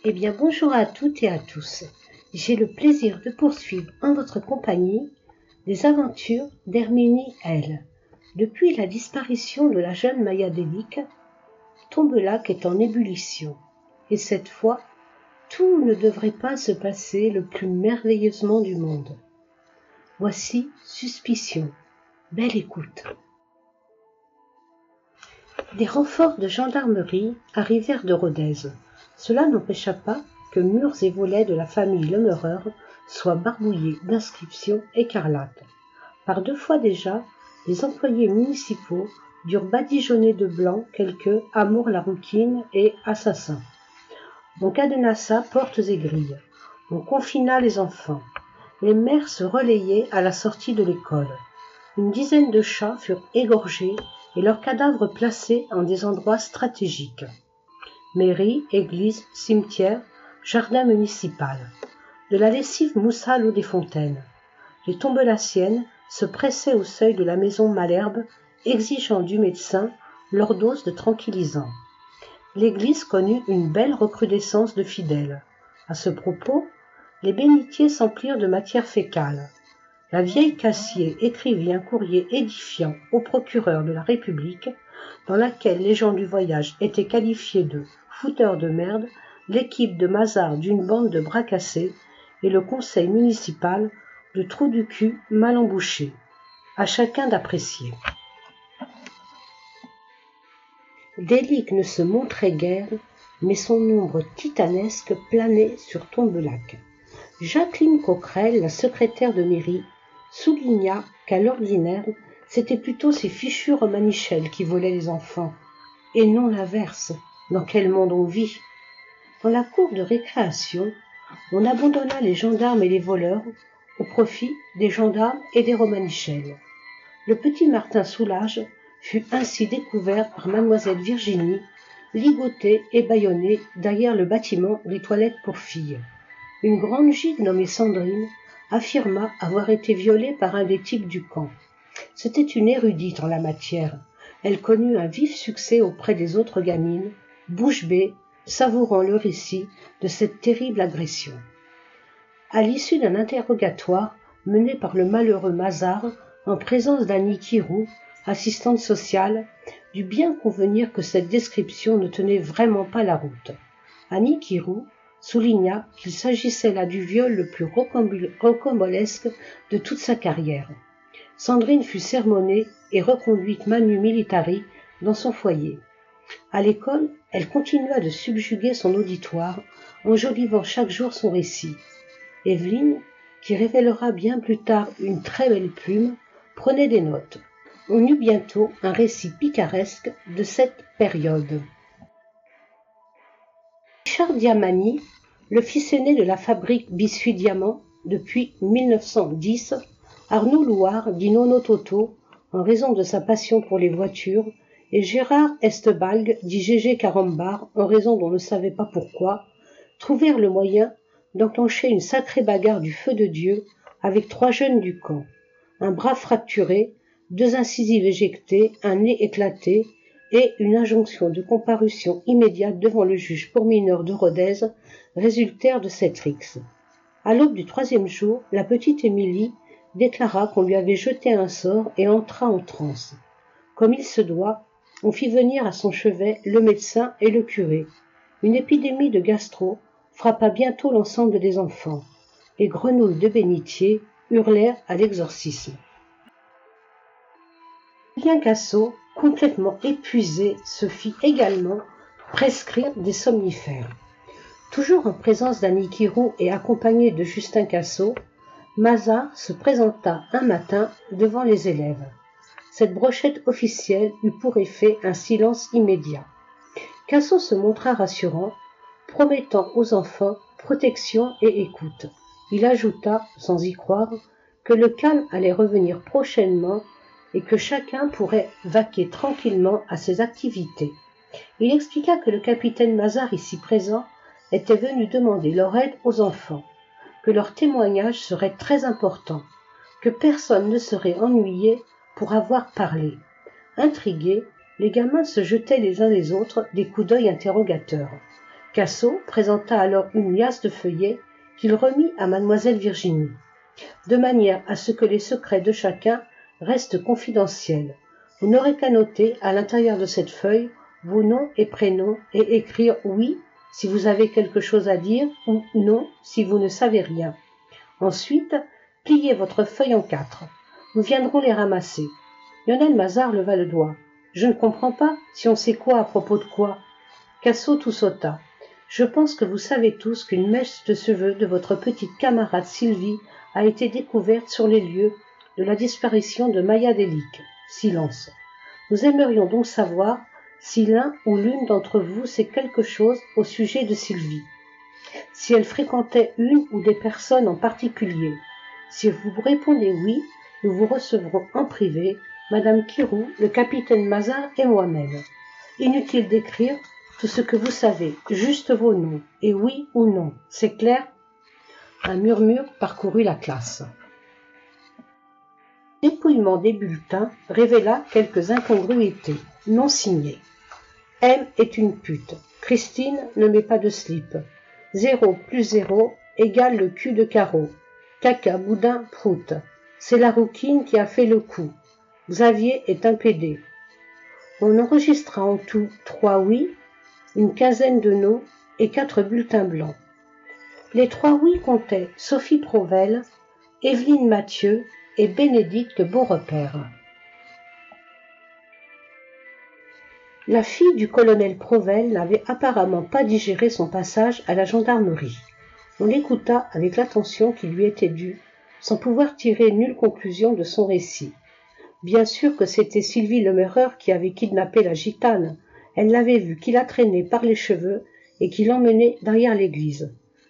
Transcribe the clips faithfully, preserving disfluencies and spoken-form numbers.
Eh bien, bonjour à toutes et à tous. J'ai le plaisir de poursuivre en votre compagnie les aventures d'Herminie L. Depuis la disparition de la jeune Maya Delic, Tombelac est en ébullition. Et cette fois, tout ne devrait pas se passer le plus merveilleusement du monde. Voici Suspicion. Belle écoute. Des renforts de gendarmerie arrivèrent de Rodez. Cela n'empêcha pas que murs et volets de la famille Lemereur soient barbouillés d'inscriptions écarlates. Par deux fois déjà, les employés municipaux durent badigeonner de blanc quelques « Amour la rouquine » et « Assassins ». On cadenassa portes et grilles. On confina les enfants. Les mères se relayaient à la sortie de l'école. Une dizaine de chats furent égorgés et leurs cadavres placés en des endroits stratégiques. Mairie, église, cimetière, jardin municipal. De la lessive moussa l'eau des fontaines. Les tombelaciennes se pressaient au seuil de la maison Malherbe, exigeant du médecin leur dose de tranquillisant. L'église connut une belle recrudescence de fidèles. À ce propos, les bénitiers s'emplirent de matière fécale. La vieille Cassier écrivit un courrier édifiant au procureur de la République, dans laquelle les gens du voyage étaient qualifiés de fouteurs de merde, l'équipe de Mazard d'une bande de bras cassés et le conseil municipal de trous du cul mal embouchés. À chacun d'apprécier. Delic ne se montrait guère, mais son ombre titanesque planait sur Tombelac. Jacqueline Coquerel, la secrétaire de mairie, souligna qu'à l'ordinaire, c'était plutôt ces fichus romanichels qui volaient les enfants, et non l'inverse. Dans quel monde on vit? Dans la cour de récréation, on abandonna les gendarmes et les voleurs au profit des gendarmes et des romanichels. Le petit Martin Soulage fut ainsi découvert par mademoiselle Virginie, ligoté et bâillonné derrière le bâtiment des toilettes pour filles. Une grande gigue nommée Sandrine affirma avoir été violée par un des types du camp. C'était une érudite en la matière. Elle connut un vif succès auprès des autres gamines, bouche bée, savourant le récit de cette terrible agression. À l'issue d'un interrogatoire mené par le malheureux Mazard en présence d'Annie Kirou, assistante sociale, dut bien convenir que cette description ne tenait vraiment pas la route. Annie Kirou souligna qu'il s'agissait là du viol le plus rocambolesque de toute sa carrière. Sandrine fut sermonnée et reconduite manu militari dans son foyer. À l'école, elle continua de subjuguer son auditoire, enjolivant chaque jour son récit. Evelyne, qui révélera bien plus tard une très belle plume, prenait des notes. On eut bientôt un récit picaresque de cette période. Richard Diamani, le fils aîné de la fabrique Bissuit Diamant depuis mille neuf cent dix, Arnaud Louard dit Nono Toto en raison de sa passion pour les voitures et Gérard Estebalgue dit Gégé Carambar en raison d'on ne savait pas pourquoi, trouvèrent le moyen d'enclencher une sacrée bagarre du feu de Dieu avec trois jeunes du camp, un bras fracturé, deux incisives éjectées, un nez éclaté et une injonction de comparution immédiate devant le juge pour mineurs de Rodez résultèrent de cette rixe. À l'aube du troisième jour, la petite Émilie déclara qu'on lui avait jeté un sort et entra en transe. Comme il se doit, on fit venir à son chevet le médecin et le curé. Une épidémie de gastro frappa bientôt l'ensemble des enfants. Les grenouilles de bénitier hurlèrent à l'exorcisme. Julien Cassot, complètement épuisé, se fit également prescrire des somnifères. Toujours en présence d'Annie Kirou et accompagné de Justin Cassot, Mazard se présenta un matin devant les élèves. Cette brochette officielle eut pour effet un silence immédiat. Cassot se montra rassurant, promettant aux enfants protection et écoute. Il ajouta, sans y croire, que le calme allait revenir prochainement et que chacun pourrait vaquer tranquillement à ses activités. Il expliqua que le capitaine Mazard, ici présent, était venu demander leur aide aux enfants, que leur témoignage serait très important, que personne ne serait ennuyé pour avoir parlé. Intrigués, les gamins se jetaient les uns les autres des coups d'œil interrogateurs. Cassot présenta alors une liasse de feuillets qu'il remit à mademoiselle Virginie, de manière à ce que les secrets de chacun restent confidentiels. Vous n'aurez qu'à noter à l'intérieur de cette feuille vos noms et prénoms et écrire oui si vous avez quelque chose à dire ou non si vous ne savez rien. Ensuite, pliez votre feuille en quatre. Nous viendrons les ramasser. Lionel Mazard leva le doigt. Je ne comprends pas, si on sait quoi à propos de quoi. Cassot tout sauta. Je pense que vous savez tous qu'une mèche de cheveux de votre petite camarade Sylvie a été découverte sur les lieux de la disparition de Maya Delic. Silence. Nous aimerions donc savoir si l'un ou l'une d'entre vous sait quelque chose au sujet de Sylvie. Si elle fréquentait une ou des personnes en particulier. Si vous répondez oui, nous vous recevrons en privé, Madame Kirou, le capitaine Mazard et moi-même. Inutile d'écrire tout ce que vous savez, juste vos noms, et oui ou non, c'est clair? Un murmure parcourut la classe. Dépouillement des bulletins révéla quelques incongruités, non signées. M est une pute. Christine ne met pas de slip. Zéro plus zéro égale le cul de carreau. Caca, boudin, prout. C'est la rouquine qui a fait le coup. Xavier est un pédé. On enregistra en tout trois oui, une quinzaine de non et quatre bulletins blancs. Les trois oui comptaient Sophie Provel, Evelyne Mathieu et Bénédicte Beaurepaire. La fille du colonel Provel n'avait apparemment pas digéré son passage à la gendarmerie. On l'écouta avec l'attention qui lui était due, sans pouvoir tirer nulle conclusion de son récit. Bien sûr que c'était Sylvie Lemereur qui avait kidnappé la gitane. Elle l'avait vue qui la traînait par les cheveux et qui l'emmenait derrière l'église.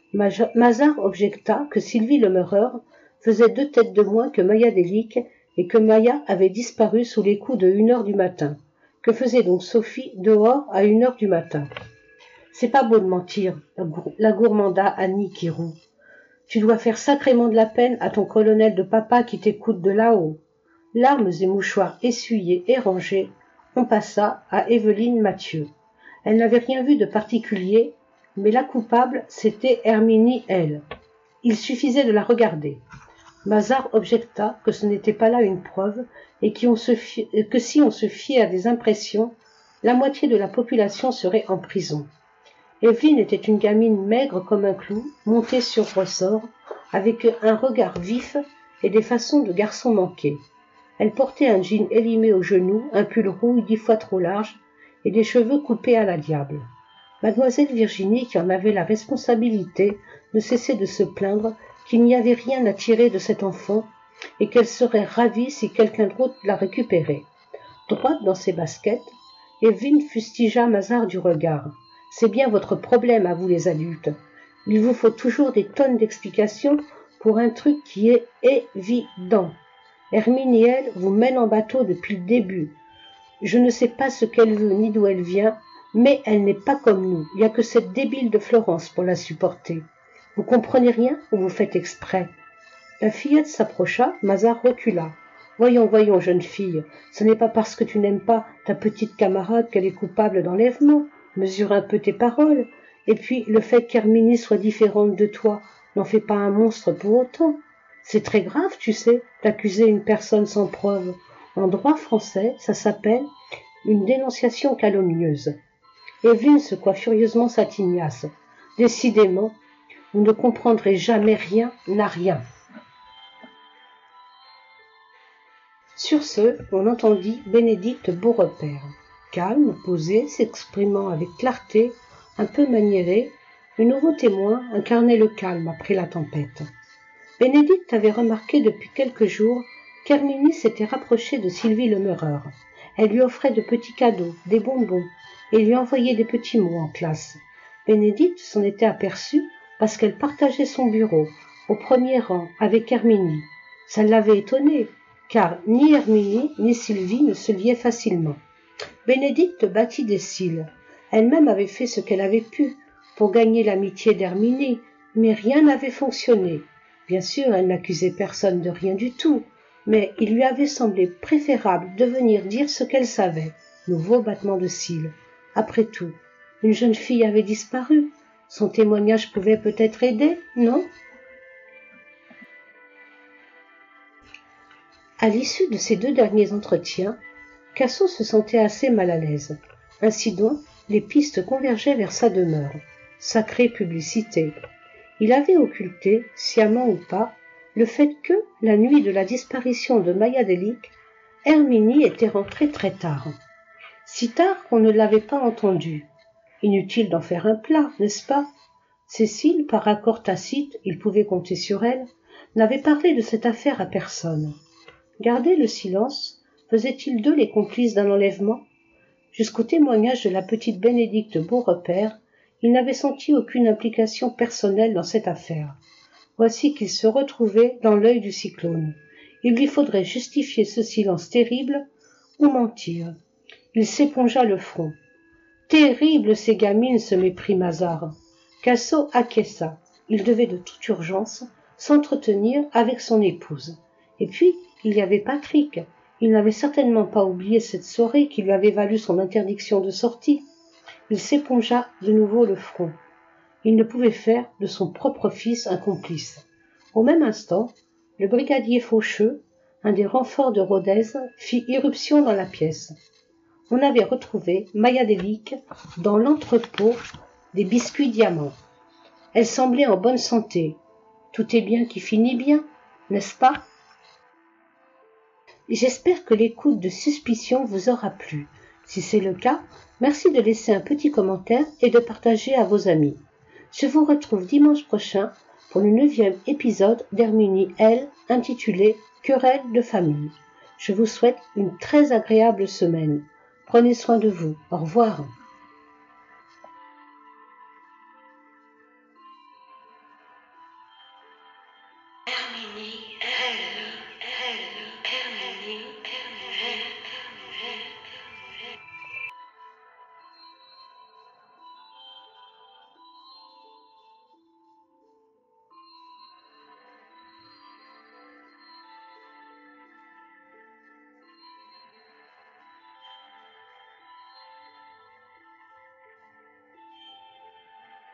Mazard objecta que Sylvie Lemereur faisait deux têtes de moins que Maya Delic et que Maya avait disparu sous les coups de une heure du matin. Que faisait donc Sophie dehors à une heure du matin? C'est pas beau de mentir, la gourmanda Annie Kirou. Tu dois faire sacrément de la peine à ton colonel de papa qui t'écoute de là-haut. Larmes et mouchoirs essuyés et rangés, on passa à Evelyne Mathieu. Elle n'avait rien vu de particulier, mais la coupable, c'était Herminie, elle. Il suffisait de la regarder. Mazard objecta que ce n'était pas là une preuve et qu'on se fie, que si on se fiait à des impressions, la moitié de la population serait en prison. Evelyne était une gamine maigre comme un clou, montée sur ressort, avec un regard vif et des façons de garçon manqué. Elle portait un jean élimé aux genoux, un pull rouille dix fois trop large et des cheveux coupés à la diable. Mademoiselle Virginie, qui en avait la responsabilité, ne cessait de se plaindre qu'il n'y avait rien à tirer de cet enfant et qu'elle serait ravie si quelqu'un d'autre la récupérait. Droite dans ses baskets, Evelyne fustigea Mazard du regard. « C'est bien votre problème à vous les adultes. Il vous faut toujours des tonnes d'explications pour un truc qui est évident. Hermine et elle vous mènent en bateau depuis le début. Je ne sais pas ce qu'elle veut ni d'où elle vient, mais elle n'est pas comme nous. Il n'y a que cette débile de Florence pour la supporter. Vous comprenez rien ou vous faites exprès ?» La fillette s'approcha, Mazard recula. « Voyons, voyons, jeune fille, ce n'est pas parce que tu n'aimes pas ta petite camarade qu'elle est coupable d'enlèvement. Mesure un peu tes paroles. Et puis, le fait qu'Herminie soit différente de toi n'en fait pas un monstre pour autant. C'est très grave, tu sais, d'accuser une personne sans preuve. En droit français, ça s'appelle une dénonciation calomnieuse. » Evelyne secoua furieusement sa tignasse. « Décidément, vous ne comprendrez jamais rien à rien. » Sur ce, on entendit Bénédicte Beaurepaire, calme, posée, s'exprimant avec clarté, un peu maniérée. Le nouveau témoin incarnait le calme après la tempête. Bénédicte avait remarqué depuis quelques jours qu'Herminie s'était rapprochée de Sylvie Lemereur. Elle lui offrait de petits cadeaux, des bonbons, et lui envoyait des petits mots en classe. Bénédicte s'en était aperçue parce qu'elle partageait son bureau, au premier rang, avec Herminie. Ça l'avait étonnée, car ni Herminie ni Sylvie ne se liaient facilement. Bénédicte battit des cils. Elle-même avait fait ce qu'elle avait pu pour gagner l'amitié d'Herminie, mais rien n'avait fonctionné. Bien sûr, elle n'accusait personne de rien du tout, mais il lui avait semblé préférable de venir dire ce qu'elle savait. Nouveau battement de cils. Après tout, une jeune fille avait disparu. Son témoignage pouvait peut-être aider, non? À l'issue de ces deux derniers entretiens, Cassot se sentait assez mal à l'aise. Ainsi donc, les pistes convergeaient vers sa demeure. Sacrée publicité. Il avait occulté, sciemment ou pas, le fait que, la nuit de la disparition de Maya Delic, Herminie était rentrée très tard. Si tard qu'on ne l'avait pas entendue. Inutile d'en faire un plat, n'est-ce pas? Cécile, par accord tacite, il pouvait compter sur elle, n'avait parlé de cette affaire à personne. Garder le silence, faisait-il d'eux les complices d'un enlèvement? Jusqu'au témoignage de la petite Bénédicte Beaurepaire, il n'avait senti aucune implication personnelle dans cette affaire. Voici qu'il se retrouvait dans l'œil du cyclone. Il lui faudrait justifier ce silence terrible ou mentir. Il s'épongea le front. Terrible ces gamines, ce mépris Mazard. Cassot acquiesça. Il devait de toute urgence s'entretenir avec son épouse. Et puis, il y avait Patrick. Il n'avait certainement pas oublié cette soirée qui lui avait valu son interdiction de sortie. Il s'épongea de nouveau le front. Il ne pouvait faire de son propre fils un complice. Au même instant, le brigadier Faucheux, un des renforts de Rodez, fit irruption dans la pièce. On avait retrouvé Maya Delic dans l'entrepôt des biscuits diamants. Elle semblait en bonne santé. Tout est bien qui finit bien, n'est-ce pas? J'espère que l'écoute de Suspicion vous aura plu. Si c'est le cas, merci de laisser un petit commentaire et de partager à vos amis. Je vous retrouve dimanche prochain pour le neuvième épisode d'Herminie L, intitulé Querelle de famille. Je vous souhaite une très agréable semaine. Prenez soin de vous. Au revoir.